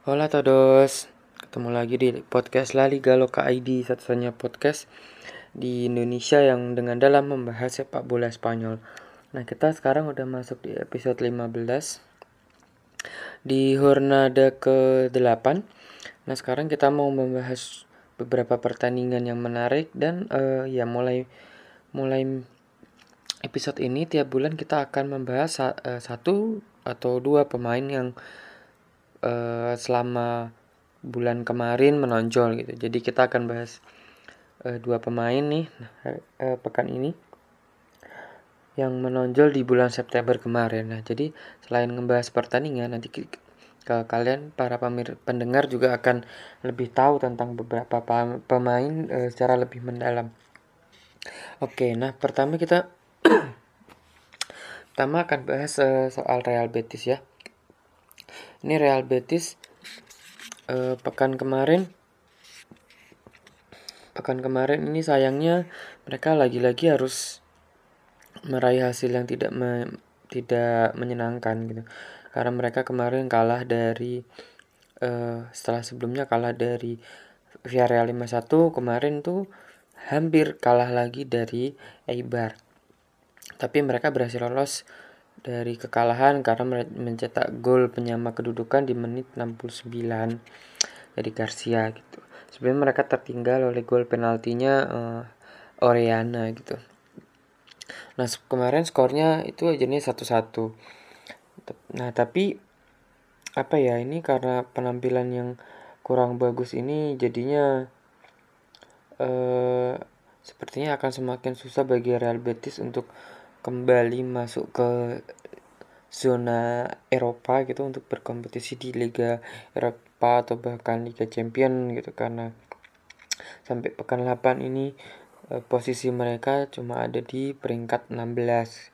Hola todos, ketemu lagi di podcast La Liga Loka ID, satu-satunya podcast di Indonesia yang dengan dalam membahas sepak bola Spanyol. Nah, kita sekarang udah masuk di episode 15 di jornada ke-8. Nah, sekarang kita mau membahas beberapa pertandingan yang menarik dan mulai episode ini tiap bulan kita akan membahas satu atau dua pemain yang selama bulan kemarin menonjol gitu. Jadi kita akan bahas dua pemain nih pekan ini yang menonjol di bulan September kemarin. Nah, jadi selain ngebahas pertandingan, nanti kalian para pendengar juga akan lebih tahu tentang beberapa pemain secara lebih mendalam. Oke, nah pertama akan bahas soal Real Betis ya. Ini Real Betis pekan kemarin ini sayangnya mereka lagi-lagi harus meraih hasil yang tidak menyenangkan gitu. Karena mereka kemarin kalah dari setelah sebelumnya kalah dari Villarreal 5-1, kemarin tuh hampir kalah lagi dari Eibar. Tapi mereka berhasil lolos dari kekalahan karena mencetak gol penyama kedudukan di menit 69 dari Garcia gitu. Sebenarnya mereka tertinggal oleh gol penaltinya Orellana gitu. Nah, kemarin skornya itu jadinya 1-1. Nah, tapi apa ya, ini karena penampilan yang kurang bagus ini jadinya sepertinya akan semakin susah bagi Real Betis untuk kembali masuk ke zona Eropa gitu untuk berkompetisi di Liga Eropa atau bahkan Liga Champion gitu, karena sampai pekan 8 ini posisi mereka cuma ada di peringkat 16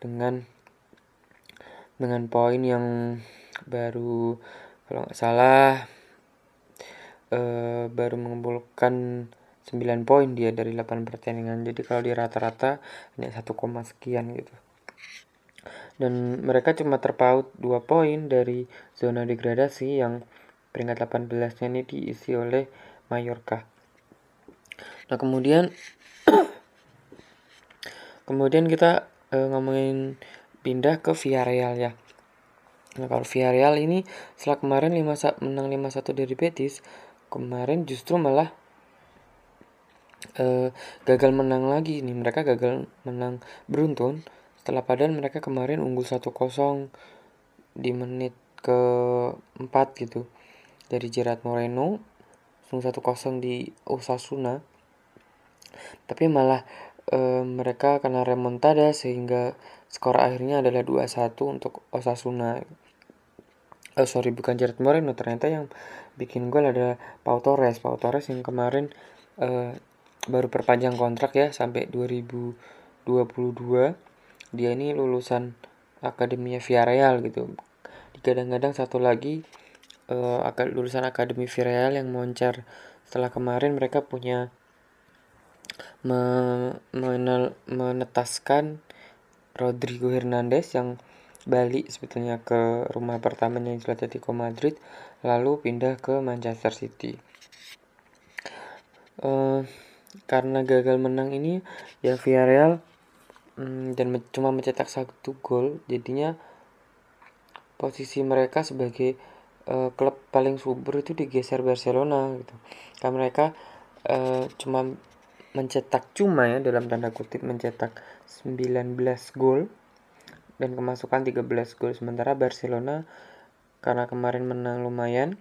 dengan poin yang baru, kalau nggak salah baru mengumpulkan 9 poin dia dari 8 pertandingan. Jadi kalau di rata-rata hanya 1, sekian gitu. Dan mereka cuma terpaut 2 poin dari zona degradasi yang peringkat 18-nya ini diisi oleh Mallorca. Nah, kemudian kita ngomongin pindah ke Villarreal ya. Nah, kalau Villarreal ini setelah kemarin menang 5-1 dari Betis, kemarin justru malah gagal menang lagi nih. Mereka gagal menang beruntun setelah padahal mereka kemarin unggul 1-0 di menit ke-4 gitu dari Gerard Moreno, langsung 1-0 di Osasuna. Tapi malah mereka kena remontada sehingga skor akhirnya adalah 2-1 untuk Osasuna. Bukan Gerard Moreno, ternyata yang bikin gol adalah Pau Torres yang kemarin baru perpanjang kontrak ya sampai 2022. Dia ini lulusan Akademi Villarreal gitu. Kadang-kadang satu lagi lulusan Akademi Villarreal yang moncer setelah kemarin mereka punya menetaskan Rodrigo Hernandez yang balik sebetulnya ke rumah pertamanya yang Atletico Madrid lalu pindah ke Manchester City. Karena gagal menang ini ya Villarreal dan cuma mencetak 1 gol, jadinya posisi mereka sebagai klub paling subur itu digeser Barcelona gitu. Karena mereka cuma dalam tanda kutip mencetak 19 gol dan kemasukan 13 gol, sementara Barcelona karena kemarin menang lumayan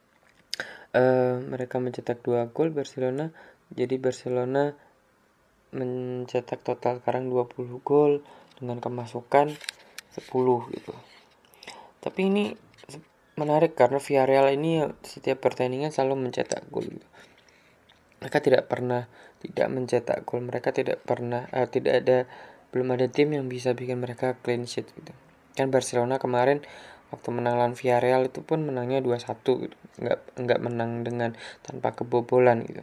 mereka mencetak 2 gol Barcelona, jadi Barcelona mencetak total sekarang 20 gol dengan kemasukan 10 gitu. Tapi ini menarik karena Villarreal ini setiap pertandingan selalu mencetak gol gitu. Mereka tidak pernah tidak mencetak gol. Mereka belum ada tim yang bisa bikin mereka clean sheet gitu. Kan Barcelona kemarin waktu menang lawan Villarreal itu pun menangnya 2-1 gitu. Enggak menang dengan tanpa kebobolan gitu.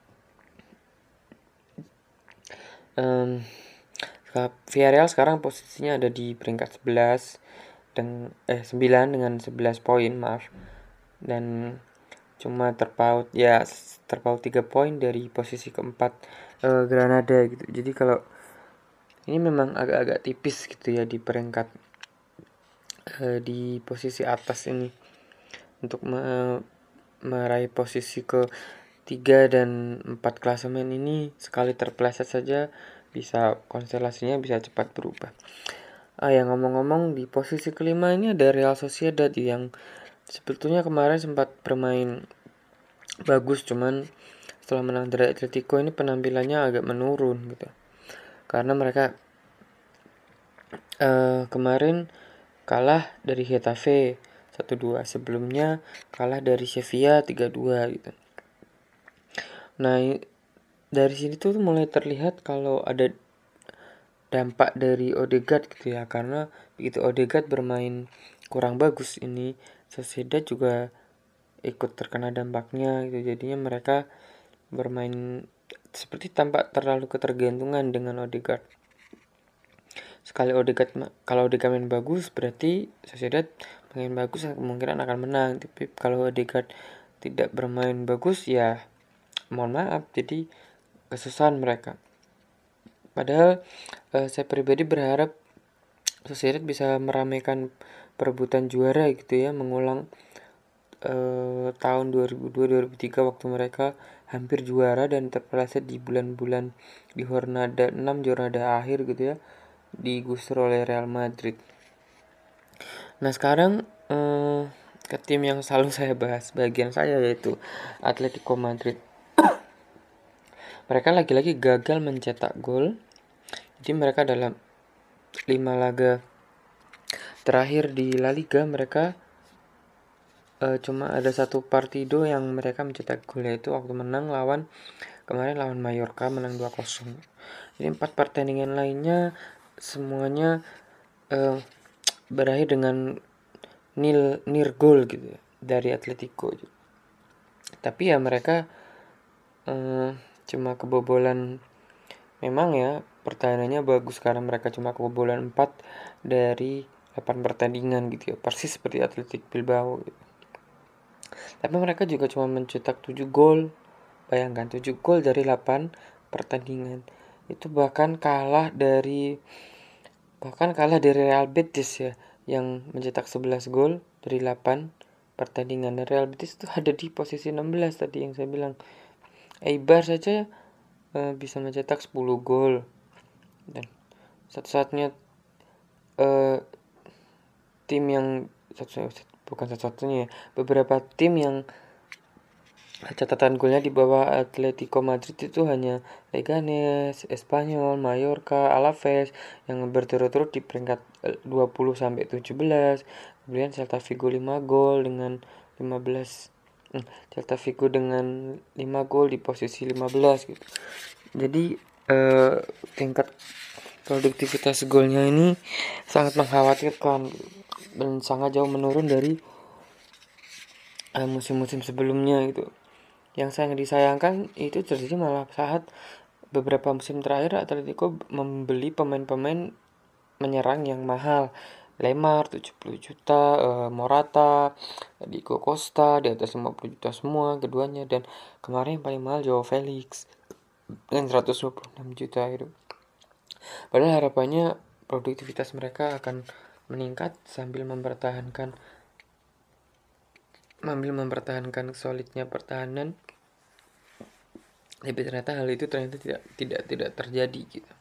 Villarreal sekarang posisinya ada di peringkat 9 dengan 11 poin, maaf. dan cuma terpaut 3 poin dari posisi keempat Granada gitu. Jadi kalau ini memang agak-agak tipis gitu ya di peringkat di posisi atas ini untuk meraih posisi ke 3 dan 4 klasemen ini. Sekali terpeleset saja bisa konstelasinya bisa cepat berubah. Yang ngomong-ngomong, di posisi kelima ini ada Real Sociedad yang sebetulnya kemarin sempat bermain bagus, cuman setelah menang dari Atletico ini penampilannya agak menurun gitu. Karena mereka kemarin kalah dari Getafe 1-2, sebelumnya kalah dari Sevilla 3-2 gitu. Nah, dari sini tuh mulai terlihat kalau ada dampak dari Odegaard gitu ya, karena begitu Odegaard bermain kurang bagus ini Sociedad juga ikut terkena dampaknya gitu. Jadinya mereka bermain seperti tampak terlalu ketergantungan dengan Odegaard. Kalau Odegaard main bagus berarti Sociedad main bagus, kemungkinan akan menang. Tapi kalau Odegaard tidak bermain bagus ya mohon maaf, jadi kesusahan mereka. Padahal saya pribadi berharap Sociedad bisa meramaikan perebutan juara gitu ya, mengulang tahun 2002-2003 waktu mereka hampir juara dan terpeleset di bulan-bulan di Jornada 6, Jornada akhir gitu ya, digusur oleh Real Madrid. Nah sekarang ke tim yang selalu saya bahas bagian saya, yaitu Atletico Madrid. Mereka lagi-lagi gagal mencetak gol. Jadi mereka dalam 5 laga terakhir di La Liga mereka cuma ada satu partido yang mereka mencetak gol, yaitu waktu menang kemarin lawan Mallorca, menang 2-0. Jadi 4 pertandingan lainnya semuanya berakhir dengan nil gol gitu ya, dari Atletico. Tapi ya mereka cuma kebobolan, memang ya pertahanannya bagus karena mereka cuma kebobolan 4 dari 8 pertandingan gitu ya, persis seperti Athletic Bilbao gitu. Tapi mereka juga cuma mencetak 7 gol. Bayangkan 7 gol dari 8 pertandingan. Itu bahkan kalah dari Real Betis ya, yang mencetak 11 gol dari 8 pertandingan. Dan Real Betis itu ada di posisi 16 tadi yang saya bilang. Eibar saja bisa mencetak 10 gol. Dan satu-satunya tim yang bukan satu-satunya ya, beberapa tim yang catatan golnya di bawah Atletico Madrid itu hanya Leganes, Espanyol, Mallorca, Alaves yang berturut-turut di peringkat 20 sampai 17. Kemudian Celta Vigo 5 gol dengan 15. Celta Vigo dengan 5 gol di posisi 15 gitu. Jadi tingkat produktivitas golnya ini sangat mengkhawatirkan dan sangat jauh menurun dari musim-musim sebelumnya gitu. Yang sangat disayangkan itu terjadi malah saat beberapa musim terakhir Atletico membeli pemain-pemain menyerang yang mahal. Lemar 70 juta, Morata, Diego Costa di atas 50 juta semua keduanya, dan kemarin yang paling mahal Joao Felix dengan 126 juta itu. Padahal harapannya produktivitas mereka akan meningkat sambil mempertahankan solidnya pertahanan. Tapi ternyata hal itu tidak terjadi gitu.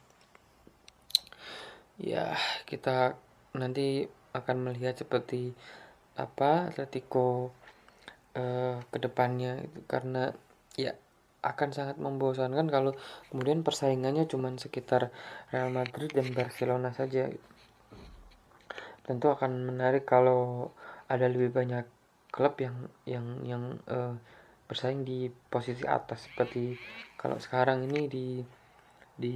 Ya, kita nanti akan melihat seperti apa Atletico kedepannya itu, karena ya akan sangat membosankan kalau kemudian persaingannya cuma sekitar Real Madrid dan Barcelona saja gitu. Tentu akan menarik kalau ada lebih banyak klub yang bersaing di posisi atas, seperti kalau sekarang ini di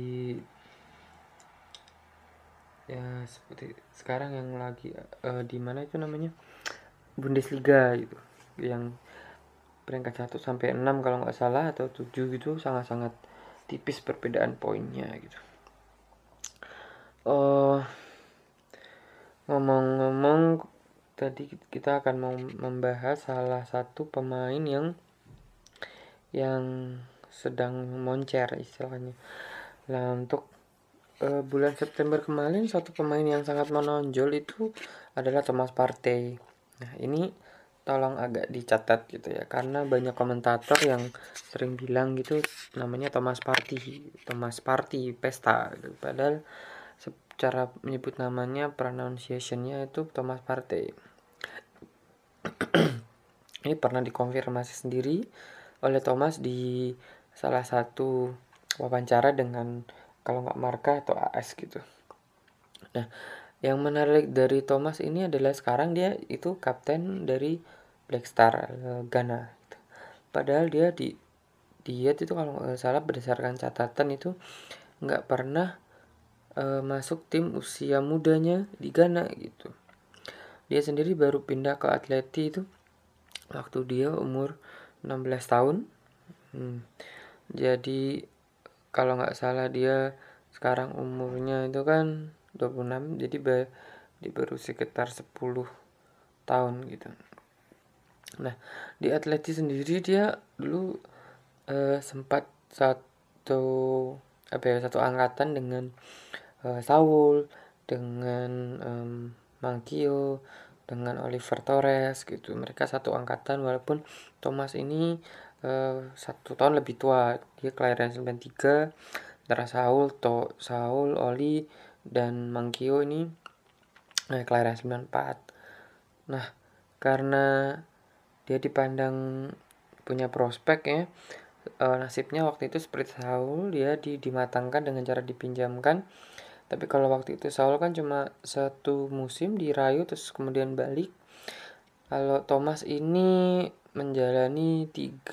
ya seperti sekarang yang lagi di mana itu namanya Bundesliga gitu, yang peringkat 1 sampai 6 kalau nggak salah atau 7 gitu, sangat-sangat tipis perbedaan poinnya gitu. Ngomong-ngomong tadi kita akan mau membahas salah satu pemain yang sedang moncer istilahnya. Nah, untuk bulan September kemarin satu pemain yang sangat menonjol itu adalah Thomas Partey. Nah, ini tolong agak dicatat gitu ya, karena banyak komentator yang sering bilang gitu namanya Thomas Partey pesta gitu. Padahal secara menyebut namanya, pronunciation-nya itu Thomas Partey. Ini pernah dikonfirmasi sendiri oleh Thomas di salah satu wawancara dengan kalau nggak Marca atau AS gitu. Nah, yang menarik dari Thomas ini adalah sekarang dia itu kapten dari Black Star Ghana. Padahal dia itu kalau nggak salah berdasarkan catatan itu nggak pernah masuk tim usia mudanya di Ghana gitu. Dia sendiri baru pindah ke Atleti itu waktu dia umur 16 tahun. Jadi kalau nggak salah dia sekarang umurnya itu kan 26, jadi dia baru sekitar 10 tahun gitu. Nah, di Atleti sendiri dia dulu sempat satu angkatan dengan Saul, dengan Mankio, dengan Oliver Torres gitu. Mereka satu angkatan, walaupun Thomas ini 1 tahun lebih tua. Dia kelahiran 93. Antara Saul, Oli dan Mankio ini kelahiran 94. Nah, karena dia dipandang punya prospek ya, nasibnya waktu itu seperti Saul, dia dimatangkan dengan cara dipinjamkan. Tapi kalau waktu itu Saul kan cuma 1 musim di Rayo terus kemudian balik. Kalau Thomas ini menjalani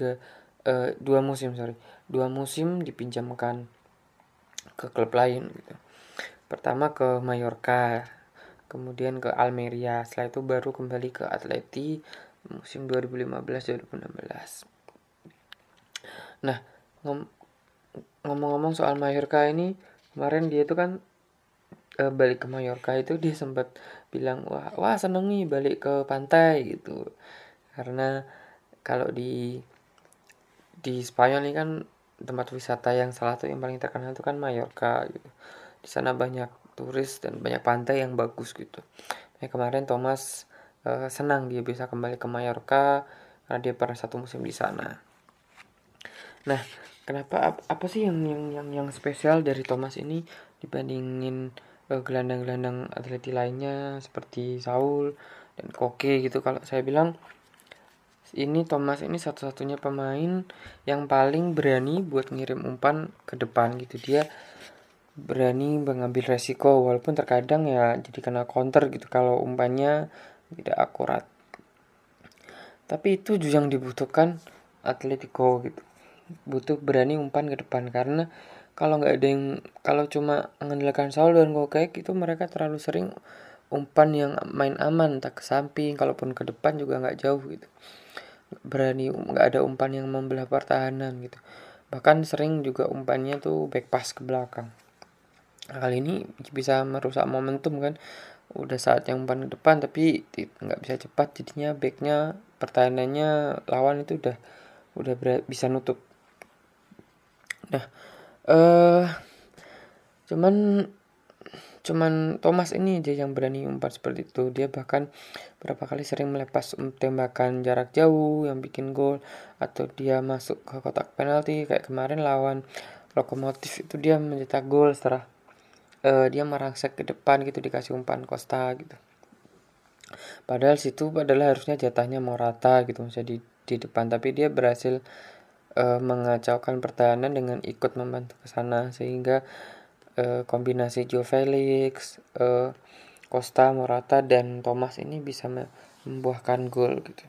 2 musim dipinjamkan ke klub lain gitu. Pertama ke Mallorca, kemudian ke Almeria, setelah itu baru kembali ke Atleti musim 2015-2016. Nah, ngomong-ngomong soal Mallorca ini, kemarin dia itu kan balik ke Mallorca itu dia sempat bilang wah seneng nih balik ke pantai gitu, karena kalau di Spanyol ini kan tempat wisata yang salah satu yang paling terkenal itu kan Mallorca gitu. Di sana banyak turis dan banyak pantai yang bagus gitu. Nah, kemarin Thomas senang dia bisa kembali ke Mallorca karena dia pernah 1 musim di sana. Nah, kenapa apa sih yang spesial dari Thomas ini dibandingin gelandang-gelandang Atleti lainnya seperti Saul dan Koke gitu? Kalau saya bilang ini Thomas ini satu-satunya pemain yang paling berani buat ngirim umpan ke depan gitu. Dia berani mengambil resiko walaupun terkadang ya jadi kena counter gitu kalau umpannya tidak akurat. Tapi itu juga yang dibutuhkan Atletico gitu. Butuh berani umpan ke depan, karena kalau cuma mengandalkan Saul dan Koke itu mereka terlalu sering umpan yang main aman, tak ke samping, kalaupun ke depan juga nggak jauh gitu. Nggak ada umpan yang membelah pertahanan gitu. Bahkan sering juga umpannya tuh back pass ke belakang. Nah, kali ini bisa merusak momentum kan. Udah saat yang umpan ke depan tapi nggak bisa cepat, jadinya backnya pertahanannya lawan itu udah bisa nutup. Nah, cuman Thomas ini aja yang berani umpan seperti itu. Dia bahkan berapa kali sering melepas tembakan jarak jauh yang bikin gol, atau dia masuk ke kotak penalti kayak kemarin lawan Lokomotif itu dia mencetak gol setelah dia merangsek ke depan gitu, dikasih umpan Costa gitu. Padahal harusnya jatahnya Morata gitu, misalnya di depan, tapi dia berhasil mengacaukan pertahanan dengan ikut membantu ke sana, sehingga kombinasi Joe Felix, Costa, Morata dan Thomas ini bisa membuahkan gol gitu.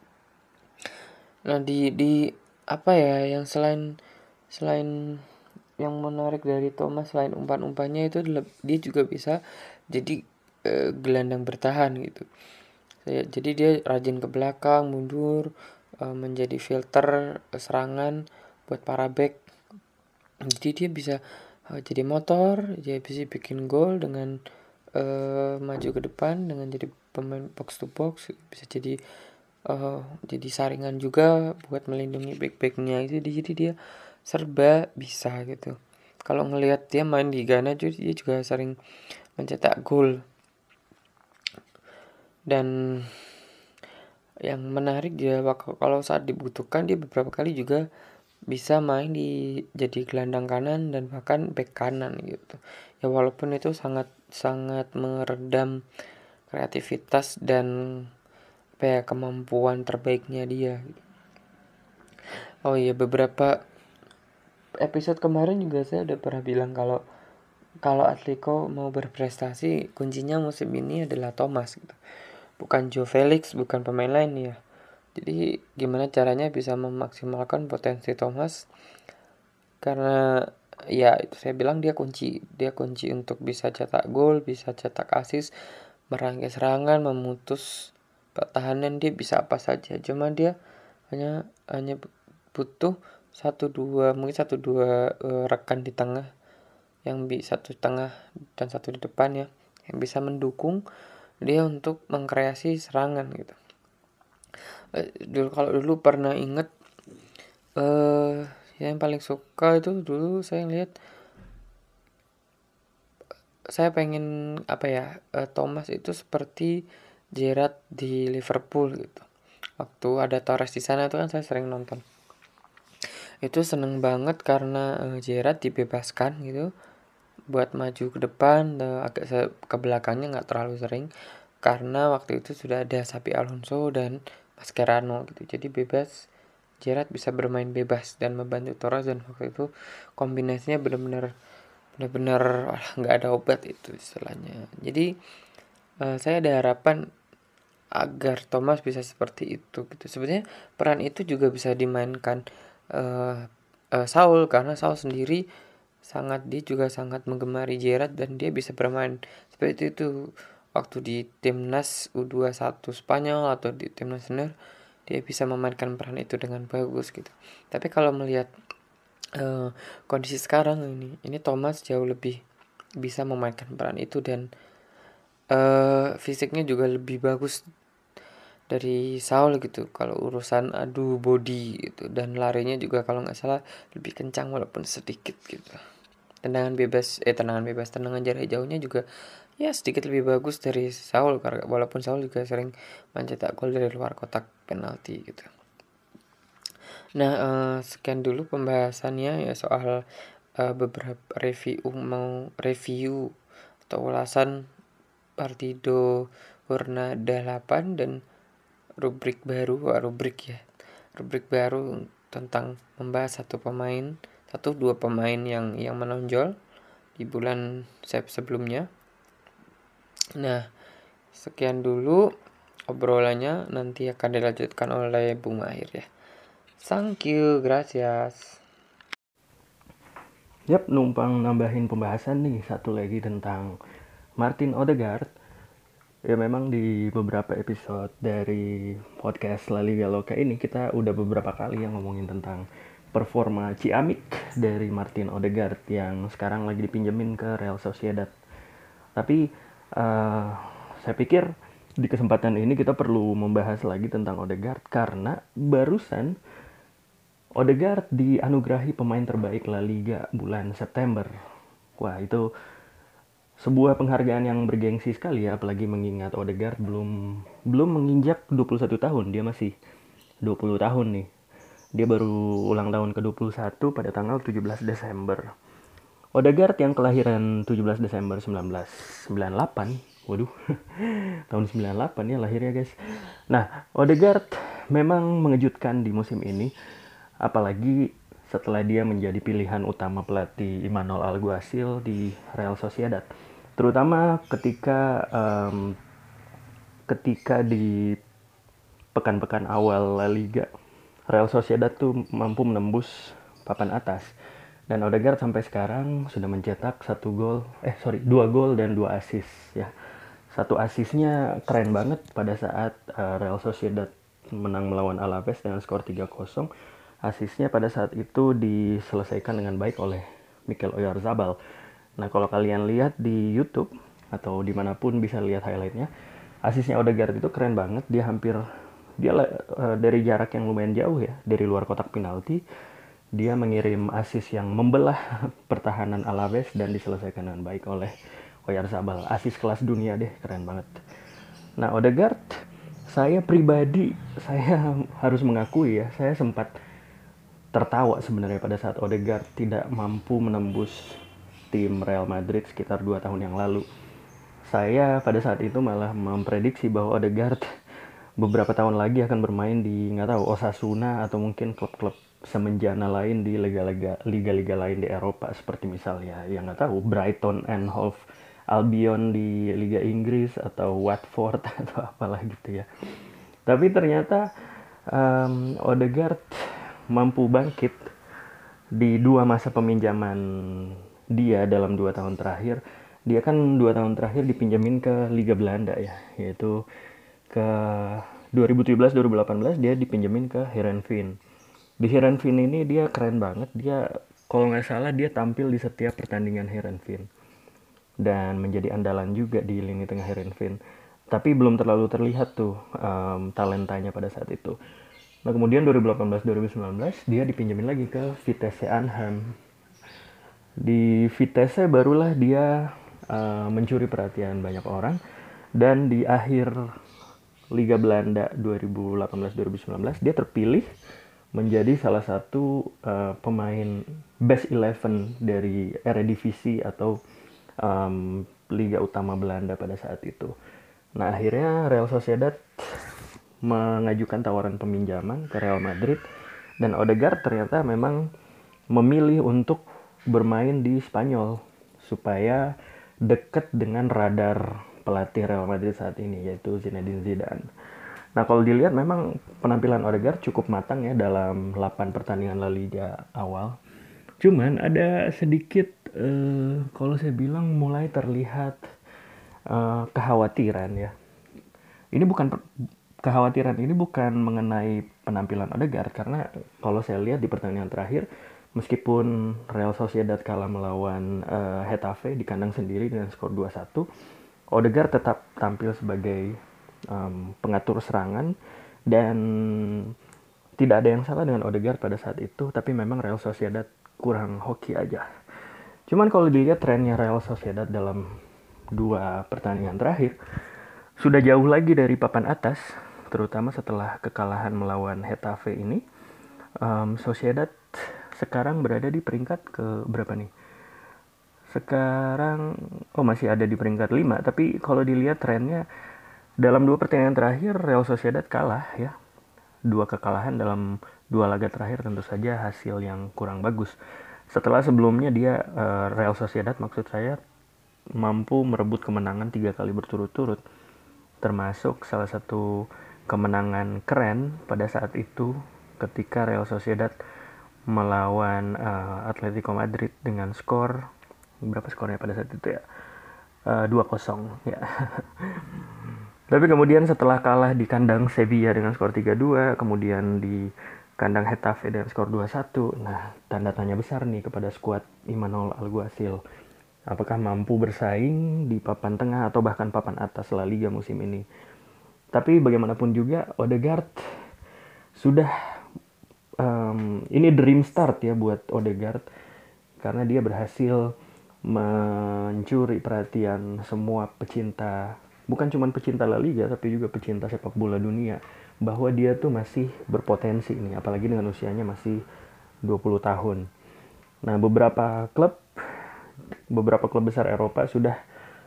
Nah, di apa ya yang selain yang menarik dari Thomas selain umpan-umpannya itu dia juga bisa jadi gelandang bertahan gitu. Jadi dia rajin ke belakang, mundur, menjadi filter serangan buat para back. Jadi dia bisa jadi motor, dia bisa bikin gol dengan maju ke depan dengan jadi pemain box to box, bisa jadi saringan juga buat melindungi back-backnya itu. Jadi dia serba bisa gitu. Kalau ngelihat dia main di Ghana dia juga sering mencetak gol. Dan yang menarik dia kalau saat dibutuhkan dia beberapa kali juga bisa main jadi gelandang kanan dan bahkan back kanan gitu. Ya walaupun itu sangat sangat meredam kreativitas dan kemampuan terbaiknya dia. Oh iya, beberapa episode kemarin juga saya udah pernah bilang kalau Atletico mau berprestasi, kuncinya musim ini adalah Thomas gitu. Bukan Joe Felix, bukan pemain lain ya. Jadi gimana caranya bisa memaksimalkan potensi Thomas, karena ya itu saya bilang dia kunci untuk bisa cetak gol, bisa cetak assist, merangkai serangan, memutus pertahanan, dia bisa apa saja. Cuma dia hanya butuh mungkin satu dua rekan di tengah, yang satu tengah dan satu di depan ya, yang bisa mendukung dia untuk mengkreasi serangan gitu. Dulu pernah inget yang paling suka itu dulu saya lihat, saya pengen Thomas itu seperti Gerrard di Liverpool gitu. Waktu ada Torres di sana itu kan saya sering nonton. Itu seneng banget karena Gerrard dibebaskan gitu buat maju ke depan, agak ke belakangnya nggak terlalu sering karena waktu itu sudah ada Xabi Alonso dan Mascherano gitu. Jadi bebas, Gerrard bisa bermain bebas dan membantu Torres, dan waktu itu kombinasinya benar-benar nggak ada obat itu istilahnya. Jadi saya ada harapan agar Thomas bisa seperti itu gitu. Sebenarnya peran itu juga bisa dimainkan Saul, karena Saul sendiri dia juga sangat menggemari Gerrard dan dia bisa bermain seperti itu waktu di timnas U21 Spanyol atau di timnas senior. Dia bisa memainkan peran itu dengan bagus gitu. Tapi kalau melihat kondisi sekarang ini Thomas jauh lebih bisa memainkan peran itu, dan fisiknya juga lebih bagus dari Saul gitu kalau urusan adu body gitu, dan larinya juga kalau nggak salah lebih kencang walaupun sedikit gitu. Tendangan jarak jauhnya juga ya sedikit lebih bagus dari Saul, karena walaupun Saul juga sering mencetak gol dari luar kotak penalti gitu. Nah, sekian dulu pembahasannya ya soal beberapa review atau ulasan Partido Jornada 8 dan rubrik baru tentang membahas satu dua pemain yang menonjol di bulan sebelumnya. Nah, sekian dulu obrolannya, nanti akan dilanjutkan oleh Bung Mahir ya. Thank you, gracias. Yap, numpang nambahin pembahasan nih, satu lagi tentang Martin Odegaard. Ya memang di beberapa episode dari podcast La Liga Loca ini kita udah beberapa kali yang ngomongin tentang performa ciamik dari Martin Odegaard yang sekarang lagi dipinjemin ke Real Sociedad. Tapi saya pikir di kesempatan ini kita perlu membahas lagi tentang Odegaard karena barusan Odegaard dianugerahi pemain terbaik La Liga bulan September. Wah, itu sebuah penghargaan yang bergengsi sekali ya, apalagi mengingat Odegaard belum menginjak 21 tahun, dia masih 20 tahun nih. Dia baru ulang tahun ke-21 pada tanggal 17 Desember. Odegaard yang kelahiran 17 Desember 1998. Waduh, tahun 98 ya lahirnya guys. Nah, Odegaard memang mengejutkan di musim ini, apalagi setelah dia menjadi pilihan utama pelatih Imanol Alguacil di Real Sociedad. Terutama ketika di pekan-pekan awal La Liga, Real Sociedad tuh mampu menembus papan atas. Dan Odegaard sampai sekarang sudah mencetak 2 gol dan 2 assist ya. Satu assistnya keren banget pada saat Real Sociedad menang melawan Alaves dengan skor 3-0. Asisnya pada saat itu diselesaikan dengan baik oleh Mikel Oyarzabal. Nah, kalau kalian lihat di YouTube atau dimanapun bisa lihat highlightnya, Asisnya Odegaard itu keren banget, dari jarak yang lumayan jauh ya, dari luar kotak penalti dia mengirim asis yang membelah pertahanan Alaves dan diselesaikan dengan baik oleh Oyarzabal. Asis kelas dunia deh, keren banget. Nah, Odegaard, saya pribadi, saya harus mengakui ya, saya sempat tertawa sebenarnya pada saat Odegaard tidak mampu menembus tim Real Madrid sekitar 2 tahun yang lalu. Saya pada saat itu malah memprediksi bahwa Odegaard beberapa tahun lagi akan bermain di nggak tahu Osasuna atau mungkin klub-klub semenjana lain di liga-liga lain di Eropa, seperti misalnya yang nggak tahu Brighton and Hove Albion di Liga Inggris atau Watford atau apalah gitu ya. Tapi ternyata Odegaard mampu bangkit di dua masa peminjaman dia dalam 2 tahun terakhir. Dia kan 2 tahun terakhir dipinjamin ke Liga Belanda ya, yaitu ke 2017-2018 dia dipinjemin ke Heerenveen. Di Heerenveen ini dia keren banget. Dia kalau nggak salah dia tampil di setiap pertandingan Heerenveen dan menjadi andalan juga di lini tengah Heerenveen. Tapi belum terlalu terlihat tuh talentanya pada saat itu. Nah kemudian 2018-2019 dia dipinjemin lagi ke Vitesse Arnhem. Di Vitesse barulah dia mencuri perhatian banyak orang, dan di akhir Liga Belanda 2018-2019 dia terpilih menjadi salah satu pemain best 11 dari Eredivisie atau Liga Utama Belanda pada saat itu. Nah akhirnya Real Sociedad mengajukan tawaran peminjaman ke Real Madrid, dan Odegaard ternyata memang memilih untuk bermain di Spanyol supaya dekat dengan radar pelatih Real Madrid saat ini, yaitu Zinedine Zidane. Nah kalau dilihat memang penampilan Odegaard cukup matang ya dalam 8 pertandingan La Liga awal. Cuman ada sedikit kalau saya bilang mulai terlihat kekhawatiran ya. Ini bukan kekhawatiran ini bukan mengenai penampilan Odegaard, karena kalau saya lihat di pertandingan terakhir, meskipun Real Sociedad kalah melawan Getafe di kandang sendiri dengan skor 2-1, Odegaard tetap tampil sebagai pengatur serangan, dan tidak ada yang salah dengan Odegaard pada saat itu, tapi memang Real Sociedad kurang hoki aja. Cuman kalau dilihat trennya Real Sociedad dalam 2 pertandingan terakhir, sudah jauh lagi dari papan atas, terutama setelah kekalahan melawan Getafe ini. Sociedad sekarang berada di peringkat ke berapa nih? Sekarang masih ada di peringkat 5, tapi kalau dilihat trennya dalam 2 pertandingan terakhir Real Sociedad kalah ya. 2 kekalahan dalam 2 laga terakhir tentu saja hasil yang kurang bagus. Setelah sebelumnya dia Real Sociedad maksud saya mampu merebut kemenangan 3 kali berturut-turut, termasuk salah satu kemenangan keren pada saat itu ketika Real Sociedad melawan Atletico Madrid dengan skor berapa skornya pada saat itu ya, 2-0 ya. Tapi kemudian setelah kalah di kandang Sevilla dengan skor 3-2, kemudian di kandang Getafe dengan skor 2-1, nah tanda tanya besar nih kepada skuad Imanol Alguacil. Apakah mampu bersaing di papan tengah atau bahkan papan atas La Liga musim ini? Tapi bagaimanapun juga Odegaard sudah ini dream start ya buat Odegaard, karena dia berhasil mencuri perhatian semua pecinta, bukan cuma pecinta La Liga tapi juga pecinta sepak bola dunia, bahwa dia tuh masih berpotensi nih, apalagi dengan usianya masih 20 tahun. Nah, beberapa klub besar Eropa sudah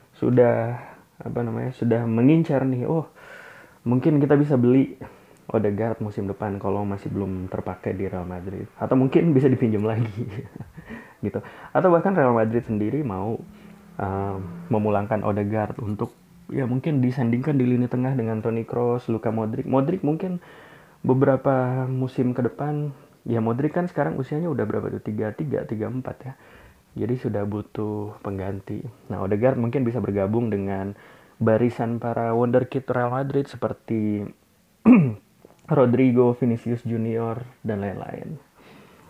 mengincar nih, mungkin kita bisa beli Odegaard musim depan kalau masih belum terpakai di Real Madrid, atau mungkin bisa dipinjam lagi gitu. Atau bahkan Real Madrid sendiri mau memulangkan Odegaard untuk ya mungkin disandingkan di lini tengah dengan Toni Kroos, Luka Modric. Modric mungkin beberapa musim ke depan, ya Modric kan sekarang usianya udah berapa tuh, 33, 34 ya. Jadi sudah butuh pengganti. Nah, Odegaard mungkin bisa bergabung dengan barisan para wonderkid Real Madrid seperti Rodrigo, Vinicius Junior, dan lain-lain.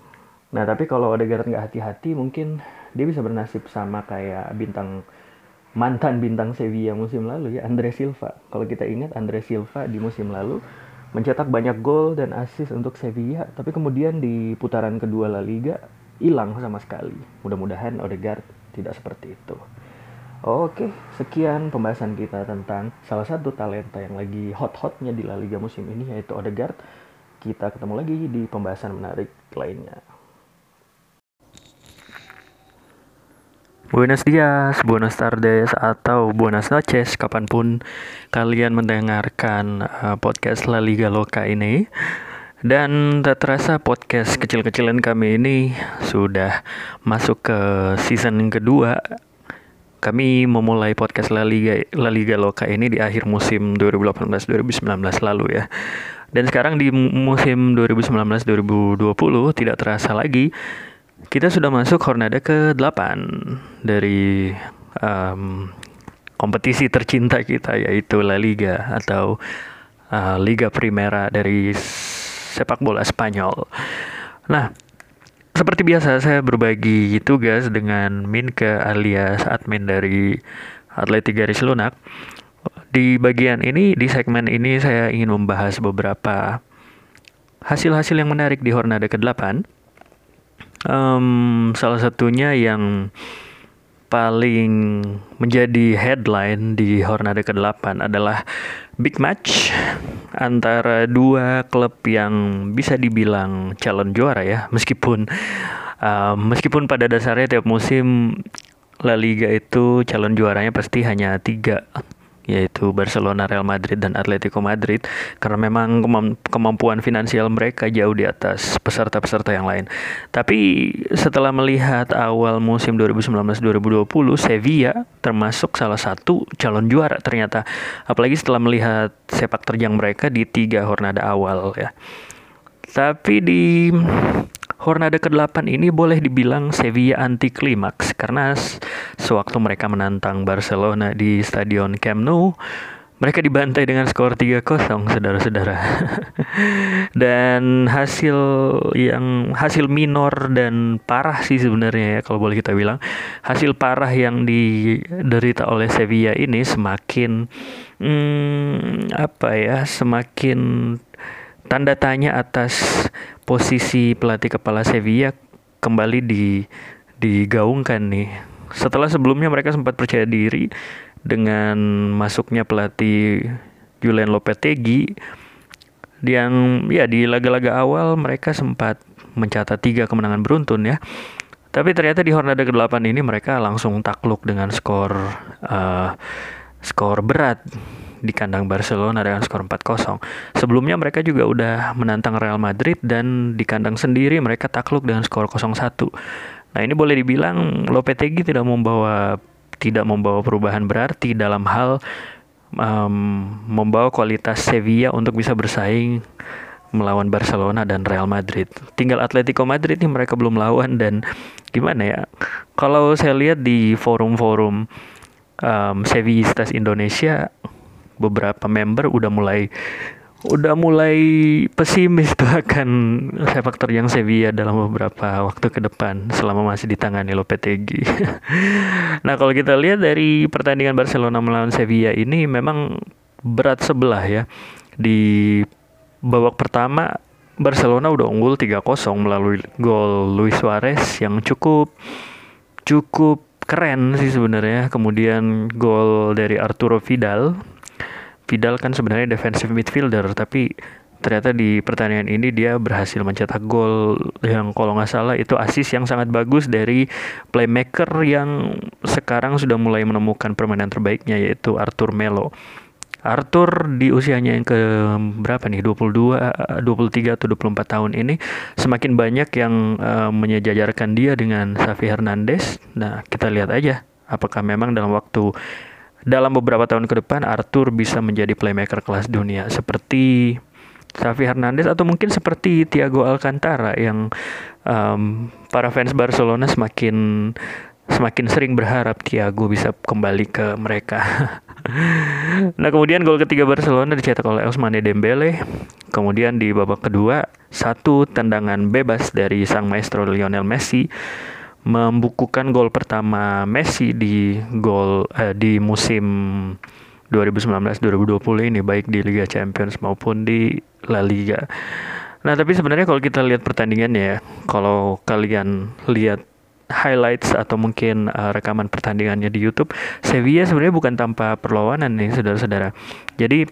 Nah, tapi kalau Odegaard nggak hati-hati, mungkin dia bisa bernasib sama kayak bintang mantan bintang Sevilla musim lalu ya, Andre Silva. Kalau kita ingat, Andre Silva di musim lalu mencetak banyak gol dan assist untuk Sevilla, tapi kemudian di putaran kedua La Liga hilang sama sekali. Mudah-mudahan Odegaard tidak seperti itu. Oke, sekian pembahasan kita tentang salah satu talenta yang lagi hot-hotnya di La Liga musim ini, yaitu Odegaard. Kita ketemu lagi di pembahasan menarik lainnya. Buenos dias, buenas tardes, atau buenas noches, kapanpun kalian mendengarkan podcast La Liga Loka ini. Dan tak terasa podcast kecil-kecilan kami ini sudah masuk ke season kedua. Kami memulai podcast La Liga Loka ini di akhir musim 2018-2019 lalu ya. Dan sekarang di musim 2019-2020 tidak terasa lagi kita sudah masuk Jornada ke-8 dari kompetisi tercinta kita, yaitu La Liga atau Liga Primera dari sepak bola Spanyol. Nah, seperti biasa saya berbagi tugas dengan Minke alias admin dari Atleti Garis Lunak. Di bagian ini, di segmen ini saya ingin membahas beberapa hasil-hasil yang menarik di Jornada ke-8. Salah satunya yang paling menjadi headline di Jornada ke-8 adalah big match antara dua klub yang bisa dibilang calon juara ya, meskipun pada dasarnya tiap musim La Liga itu calon juaranya pasti hanya 3, yaitu Barcelona, Real Madrid, dan Atletico Madrid, karena memang kemampuan finansial mereka jauh di atas peserta-peserta yang lain. Tapi setelah melihat awal musim 2019-2020, Sevilla termasuk salah satu calon juara ternyata, apalagi setelah melihat sepak terjang mereka di 3 Jornada awal ya. Tapi di Jornada ke-8 ini boleh dibilang Sevilla anti klimaks, karena sewaktu mereka menantang Barcelona di Stadion Camp Nou, mereka dibantai dengan skor 3-0, saudara-saudara. Dan hasil minor dan parah sih sebenarnya ya, kalau boleh kita bilang. Hasil parah yang diderita oleh Sevilla ini semakin semakin tanda tanya atas posisi pelatih kepala Sevilla kembali digaungkan nih. Setelah sebelumnya mereka sempat percaya diri dengan masuknya pelatih Julen Lopetegui, yang ya di laga-laga awal mereka sempat mencatat 3 kemenangan beruntun ya. Tapi ternyata di Jornada ke-8 ini mereka langsung takluk dengan skor berat di kandang Barcelona dengan skor 4-0. Sebelumnya mereka juga udah menantang Real Madrid dan di kandang sendiri mereka takluk dengan skor 0-1. Nah, ini boleh dibilang Lopetegui tidak membawa perubahan berarti dalam hal membawa kualitas Sevilla untuk bisa bersaing melawan Barcelona dan Real Madrid. Tinggal Atletico Madrid nih mereka belum lawan, dan gimana ya? Kalau saya lihat di forum-forum Sevillistas Indonesia, beberapa member udah mulai pesimis tuh akan sepak terjang Sevilla dalam beberapa waktu ke depan selama masih ditangani Lopetegui. Nah, kalau kita lihat dari pertandingan Barcelona melawan Sevilla ini memang berat sebelah ya. Di babak pertama Barcelona udah unggul 3-0 melalui gol Luis Suarez yang cukup keren sih sebenarnya. Kemudian gol dari Arturo Vidal kan sebenarnya defensive midfielder, tapi ternyata di pertandingan ini dia berhasil mencetak gol yang kalau nggak salah itu assist yang sangat bagus dari playmaker yang sekarang sudah mulai menemukan permainan terbaiknya, yaitu Arthur Melo. Arthur di usianya yang ke berapa nih, 23 atau 24 tahun ini semakin banyak yang menyejajarkan dia dengan Xavi Hernandez. Nah, kita lihat aja apakah memang dalam beberapa tahun ke depan Arthur bisa menjadi playmaker kelas dunia seperti Xavi Hernandez atau mungkin seperti Thiago Alcantara yang para fans Barcelona semakin sering berharap Thiago bisa kembali ke mereka. Nah, kemudian gol ketiga Barcelona dicetak oleh Ousmane Dembele. Kemudian di babak kedua, satu tendangan bebas dari sang maestro Lionel Messi membukukan gol pertama Messi di musim 2019-2020 ini, baik di Liga Champions maupun di La Liga. Nah, tapi sebenarnya kalau kita lihat pertandingannya ya, kalau kalian lihat highlights atau mungkin rekaman pertandingannya di YouTube, Sevilla sebenarnya bukan tanpa perlawanan nih, saudara-saudara. Jadi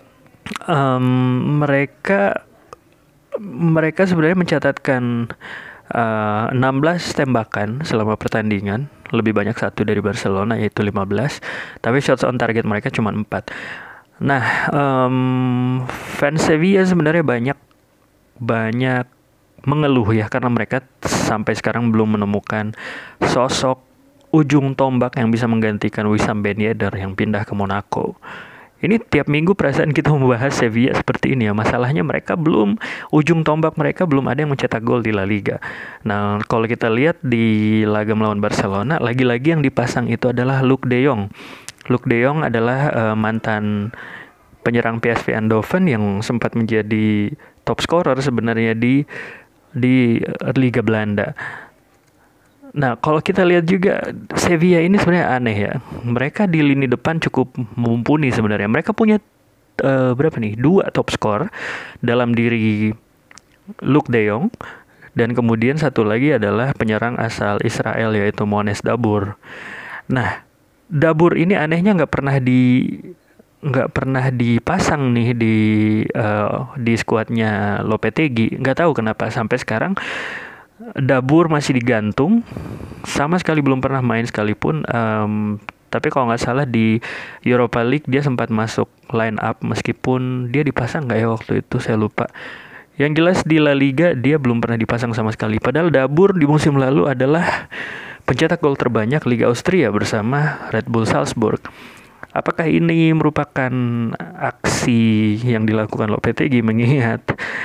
mereka sebenarnya mencatatkan 16 tembakan selama pertandingan, lebih banyak satu dari Barcelona yaitu 15, tapi shots on target mereka cuma 4. Nah, fans Sevilla sebenarnya banyak mengeluh ya, karena mereka sampai sekarang belum menemukan sosok ujung tombak yang bisa menggantikan Wissam Ben Yedder yang pindah ke Monaco. Ini tiap minggu perasaan kita membahas Sevilla seperti ini ya. Masalahnya ujung tombak mereka belum ada yang mencetak gol di La Liga. Nah, kalau kita lihat di laga melawan Barcelona, lagi-lagi yang dipasang itu adalah Luuk de Jong. Luuk de Jong adalah mantan penyerang PSV Eindhoven yang sempat menjadi top scorer sebenarnya di Liga Belanda. Nah, kalau kita lihat juga Sevilla ini sebenarnya aneh ya. Mereka di lini depan cukup mumpuni sebenarnya. Mereka punya berapa nih? 2 top skor dalam diri Luuk de Jong, dan kemudian satu lagi adalah penyerang asal Israel yaitu Mones Dabur. Nah, Dabur ini anehnya nggak pernah dipasang nih di skuadnya Lopetegui. Nggak tahu kenapa sampai sekarang Dabur masih digantung, sama sekali belum pernah main sekalipun. Tapi kalau nggak salah di Europa League dia sempat masuk line up, meskipun dia dipasang nggak ya waktu itu, saya lupa. Yang jelas di La Liga dia belum pernah dipasang sama sekali. Padahal Dabur di musim lalu adalah pencetak gol terbanyak Liga Austria bersama Red Bull Salzburg. Apakah ini merupakan aksi yang dilakukan Lopetegui mengingat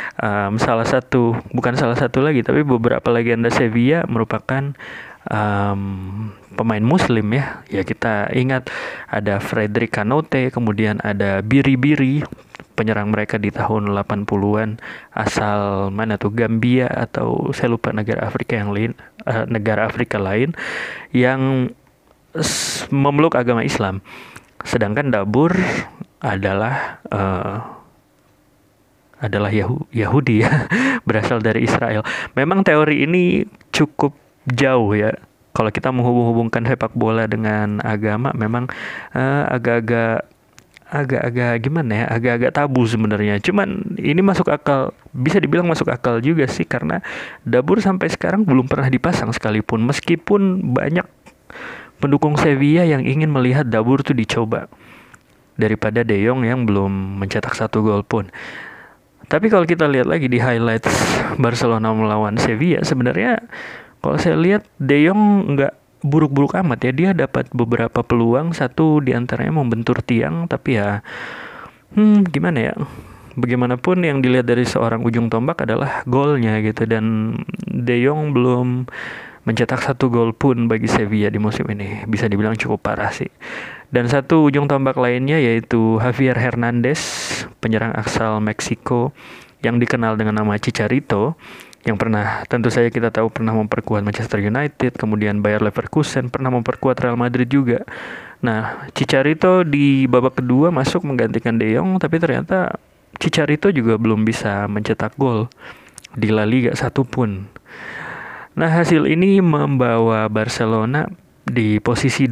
bukan salah satu lagi, tapi beberapa legenda Sevilla merupakan pemain Muslim ya. Ya, kita ingat ada Frederick Canote, kemudian ada Biri, penyerang mereka di tahun 80-an asal mana tuh, Gambia atau saya lupa negara Afrika lain yang memeluk agama Islam. Sedangkan Dabur adalah Yahudi ya, berasal dari Israel. Memang teori ini cukup jauh ya. Kalau kita menghubung-hubungkan sepak bola dengan agama, memang agak-agak gimana ya, agak-agak tabu sebenarnya. Cuman ini masuk akal, bisa dibilang masuk akal juga sih, karena Dabur sampai sekarang belum pernah dipasang sekalipun, meskipun banyak pendukung Sevilla yang ingin melihat Dabur tuh dicoba daripada De Jong yang belum mencetak 1 gol pun. Tapi kalau kita lihat lagi di highlights Barcelona melawan Sevilla, sebenarnya kalau saya lihat De Jong nggak buruk-buruk amat ya. Dia dapat beberapa peluang, satu diantaranya membentur tiang, tapi ya gimana ya, bagaimanapun yang dilihat dari seorang ujung tombak adalah golnya gitu, dan De Jong belum mencetak 1 gol pun bagi Sevilla di musim ini. Bisa dibilang cukup parah sih. Dan satu ujung tombak lainnya yaitu Javier Hernandez, penyerang asal Meksiko yang dikenal dengan nama Chicharito, yang tentu saja kita tahu pernah memperkuat Manchester United, kemudian Bayer Leverkusen, pernah memperkuat Real Madrid juga. Nah, Chicharito di babak kedua masuk menggantikan De Jong, tapi ternyata Chicharito juga belum bisa mencetak gol di La Liga satupun. Nah, hasil ini membawa Barcelona di posisi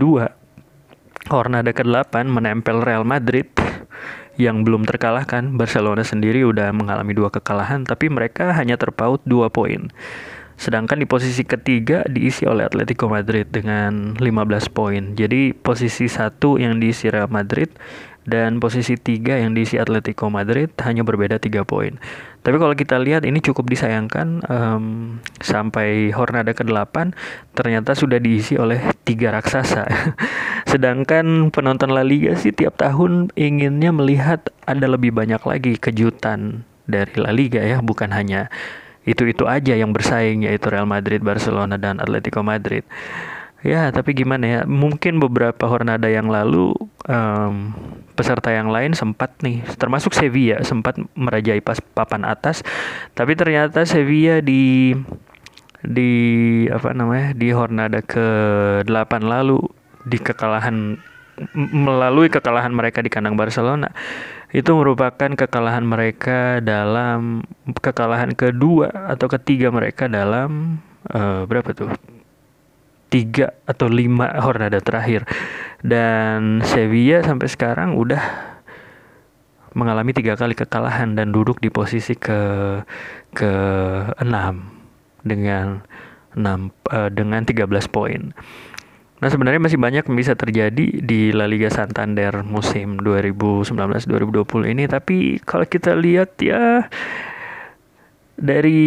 2, Jornada ke-8, menempel Real Madrid yang belum terkalahkan. Barcelona sendiri udah mengalami 2 kekalahan, tapi mereka hanya terpaut 2 poin. Sedangkan di posisi ketiga diisi oleh Atletico Madrid dengan 15 poin. Jadi posisi 1 yang diisi Real Madrid dan posisi 3 yang diisi Atletico Madrid hanya berbeda 3 poin. Tapi kalau kita lihat ini cukup disayangkan, sampai Jornada ke-8 ternyata sudah diisi oleh 3 raksasa. Sedangkan penonton La Liga sih tiap tahun inginnya melihat ada lebih banyak lagi kejutan dari La Liga ya, bukan hanya itu aja yang bersaing, yaitu Real Madrid, Barcelona, dan Atletico Madrid. Ya, tapi gimana ya, mungkin beberapa Jornada yang lalu peserta yang lain sempat nih, termasuk Sevilla, sempat merajai papan atas. Tapi ternyata Sevilla di di Jornada ke-8 lalu di melalui kekalahan mereka di kandang Barcelona. Itu merupakan kekalahan mereka dalam kekalahan kedua atau ketiga mereka dalam berapa tuh? 3 atau 5 Jornada terakhir. Dan Sevilla sampai sekarang udah mengalami 3 kali kekalahan dan duduk di posisi ke-6 dengan 13 poin. Nah, sebenarnya masih banyak yang bisa terjadi di La Liga Santander musim 2019-2020 ini, tapi kalau kita lihat ya dari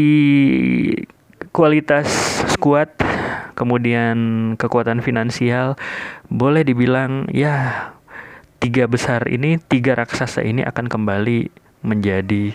kualitas skuad, kemudian kekuatan finansial, boleh dibilang ya 3 besar ini, 3 raksasa ini akan kembali menjadi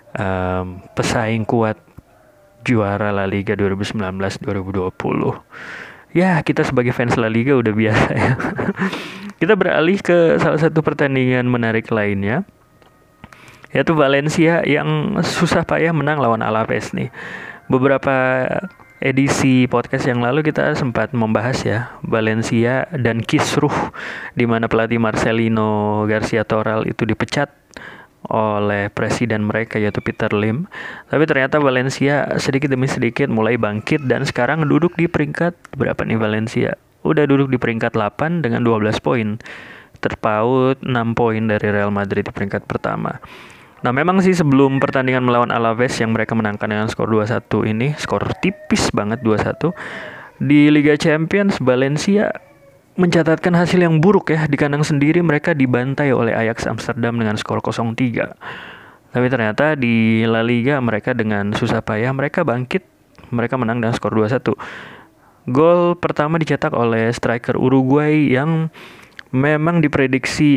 pesaing kuat juara La Liga 2019-2020. Ya, kita sebagai fans La Liga udah biasa ya. Kita beralih ke salah satu pertandingan menarik lainnya, yaitu Valencia yang susah payah menang lawan Alaves nih. Beberapa edisi podcast yang lalu kita sempat membahas ya Valencia dan kisruh di mana pelatih Marcelino Garcia Toral itu dipecat oleh presiden mereka yaitu Peter Lim. Tapi ternyata Valencia sedikit demi sedikit mulai bangkit dan sekarang duduk di peringkat berapa nih Valencia? Udah duduk di peringkat 8 dengan 12 poin. Terpaut 6 poin dari Real Madrid di peringkat pertama. Nah, memang sih sebelum pertandingan melawan Alaves yang mereka menangkan dengan skor 2-1 ini, skor tipis banget 2-1, di Liga Champions Valencia mencatatkan hasil yang buruk ya. Di kandang sendiri mereka dibantai oleh Ajax Amsterdam dengan skor 0-3. Tapi ternyata di La Liga mereka dengan susah payah mereka bangkit, mereka menang dengan skor 2-1. Gol pertama dicetak oleh striker Uruguay yang memang diprediksi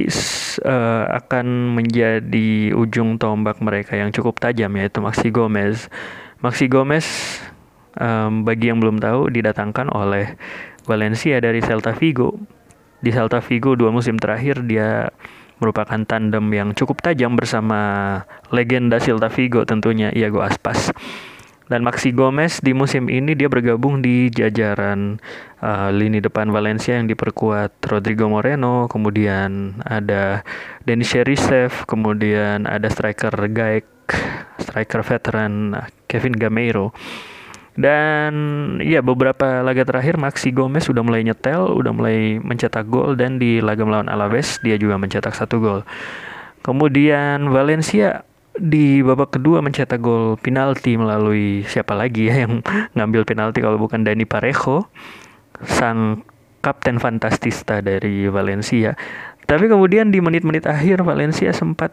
akan menjadi ujung tombak mereka yang cukup tajam, yaitu Maxi Gomez. Maxi Gomez bagi yang belum tahu didatangkan oleh Valencia dari Celta Vigo. Di Celta Vigo 2 musim terakhir dia merupakan tandem yang cukup tajam bersama legenda Celta Vigo tentunya Iago Aspas. Dan Maxi Gomez di musim ini dia bergabung di jajaran lini depan Valencia yang diperkuat Rodrigo Moreno, kemudian ada Denis Cherisev, kemudian ada striker Gaek, striker veteran Kevin Gameiro. Dan ya beberapa laga terakhir Maxi Gomez sudah mulai nyetel, udah mulai mencetak gol, dan di laga melawan Alaves dia juga mencetak 1 gol. Kemudian Valencia di babak kedua mencetak gol penalti melalui siapa lagi ya yang ngambil penalti kalau bukan Dani Parejo, sang kapten fantastista dari Valencia. Tapi kemudian di menit-menit akhir Valencia sempat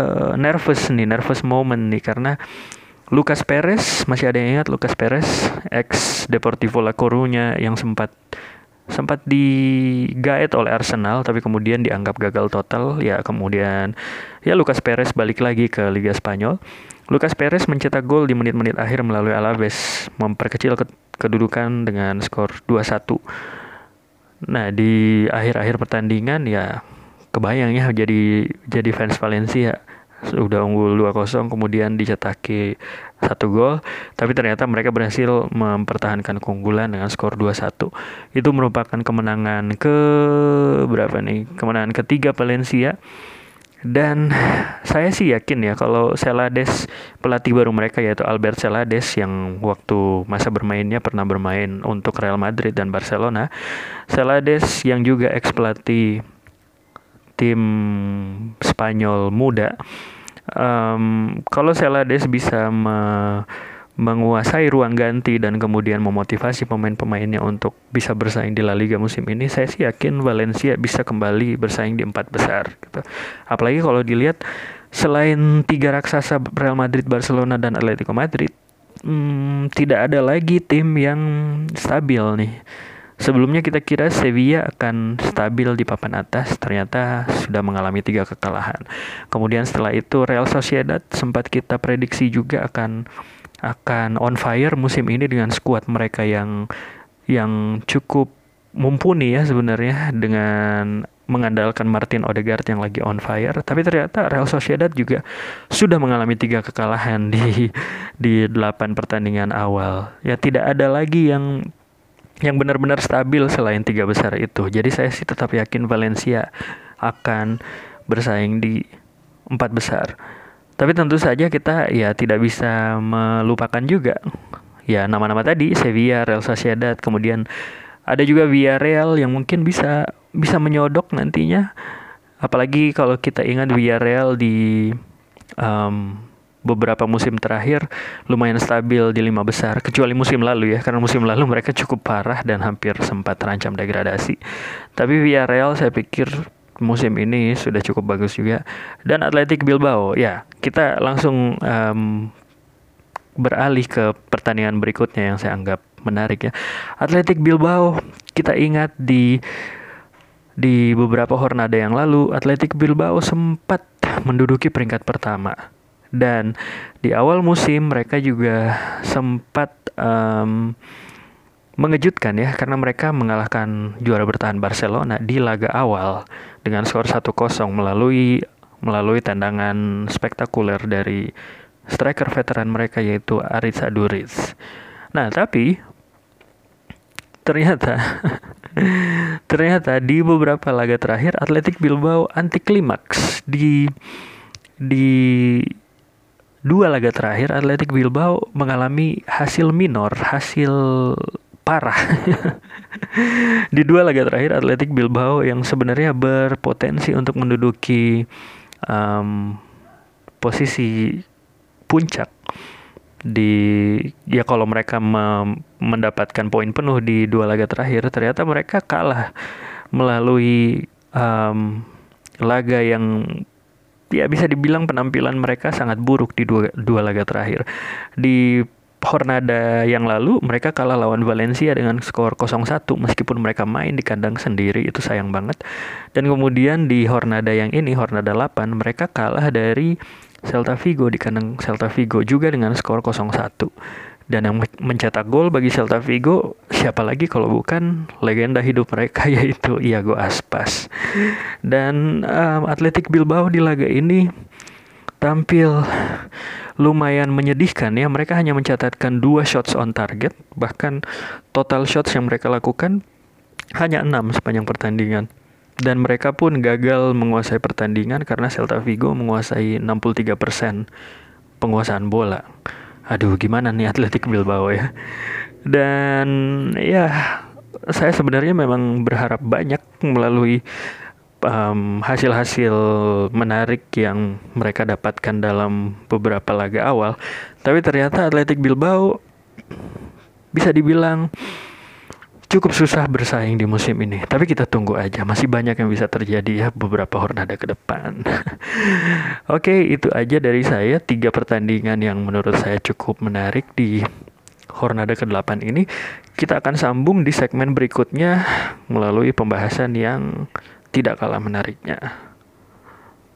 nervous moment nih karena Lucas Perez, masih ada yang ingat Lucas Perez, ex Deportivo La Coruña yang sempat digaet oleh Arsenal tapi kemudian dianggap gagal total ya. Kemudian ya Lucas Perez balik lagi ke Liga Spanyol. Lucas Perez mencetak gol di menit-menit akhir melalui Alaves, memperkecil kedudukan dengan skor 2-1. Nah, di akhir-akhir pertandingan ya kebayang ya jadi fans Valencia sudah unggul 2-0 kemudian dicetaki 1 gol, tapi ternyata mereka berhasil mempertahankan keunggulan dengan skor 2-1. Itu merupakan kemenangan kemenangan ketiga Valencia. Dan saya sih yakin ya kalau Celades, pelatih baru mereka yaitu Albert Celades yang waktu masa bermainnya pernah bermain untuk Real Madrid dan Barcelona, Celades yang juga ex pelatih tim Spanyol muda, kalau Celades bisa menguasai ruang ganti dan kemudian memotivasi pemain-pemainnya untuk bisa bersaing di La Liga musim ini, saya sih yakin Valencia bisa kembali bersaing di 4 besar gitu. Apalagi kalau dilihat selain 3 raksasa Real Madrid, Barcelona, dan Atletico Madrid, tidak ada lagi tim yang stabil nih. Sebelumnya kita kira Sevilla akan stabil di papan atas, ternyata sudah mengalami 3 kekalahan. Kemudian setelah itu Real Sociedad sempat kita prediksi juga akan on fire musim ini dengan skuad mereka yang cukup mumpuni ya sebenarnya, dengan mengandalkan Martin Odegaard yang lagi on fire. Tapi ternyata Real Sociedad juga sudah mengalami 3 kekalahan di 8 pertandingan awal. Ya tidak ada lagi yang benar-benar stabil selain 3 besar itu. Jadi saya sih tetap yakin Valencia akan bersaing di 4 besar. Tapi tentu saja kita ya tidak bisa melupakan juga ya nama-nama tadi, Sevilla, Real Sociedad, kemudian ada juga Villarreal yang mungkin bisa menyodok nantinya. Apalagi kalau kita ingat Villarreal di beberapa musim terakhir lumayan stabil di 5 besar, kecuali musim lalu ya, karena musim lalu mereka cukup parah dan hampir sempat terancam degradasi. Tapi Villarreal saya pikir musim ini sudah cukup bagus juga. Dan Athletic Bilbao, ya kita langsung beralih ke pertandingan berikutnya yang saya anggap menarik ya. Athletic Bilbao, kita ingat di beberapa Jornada yang lalu, Athletic Bilbao sempat menduduki peringkat pertama. Dan di awal musim mereka juga sempat mengejutkan ya, karena mereka mengalahkan juara bertahan Barcelona di laga awal dengan skor 1-0 melalui tendangan spektakuler dari striker veteran mereka yaitu Aritz Aduriz. Nah, tapi ternyata di beberapa laga terakhir Athletic Bilbao anti klimaks. Di 2 laga terakhir Athletic Bilbao mengalami hasil minor, hasil parah. Di 2 laga terakhir Athletic Bilbao yang sebenarnya berpotensi untuk menduduki posisi puncak ya kalau mereka mendapatkan poin penuh di 2 laga terakhir, ternyata mereka kalah melalui laga yang ya bisa dibilang penampilan mereka sangat buruk di dua laga terakhir. Di Jornada yang lalu mereka kalah lawan Valencia dengan skor 0-1 meskipun mereka main di kandang sendiri, itu sayang banget. Dan kemudian di Jornada yang ini, Jornada 8, mereka kalah dari Celta Vigo di kandang Celta Vigo juga dengan skor 0-1. Dan yang mencetak gol bagi Celta Vigo siapa lagi kalau bukan legenda hidup mereka yaitu Iago Aspas. Dan Athletic Bilbao di laga ini tampil lumayan menyedihkan ya. Mereka hanya mencatatkan 2 shots on target, bahkan total shots yang mereka lakukan hanya 6 sepanjang pertandingan. Dan mereka pun gagal menguasai pertandingan karena Celta Vigo menguasai 63% penguasaan bola. Aduh, gimana nih Athletic Bilbao ya. Dan ya saya sebenarnya memang berharap banyak melalui hasil-hasil menarik yang mereka dapatkan dalam beberapa laga awal. Tapi ternyata Athletic Bilbao bisa dibilang cukup susah bersaing di musim ini. Tapi kita tunggu aja, masih banyak yang bisa terjadi ya beberapa Jornada ke depan. Oke, itu aja dari saya 3 pertandingan yang menurut saya cukup menarik di Jornada ke-8 ini. Kita akan sambung di segmen berikutnya melalui pembahasan yang tidak kalah menariknya.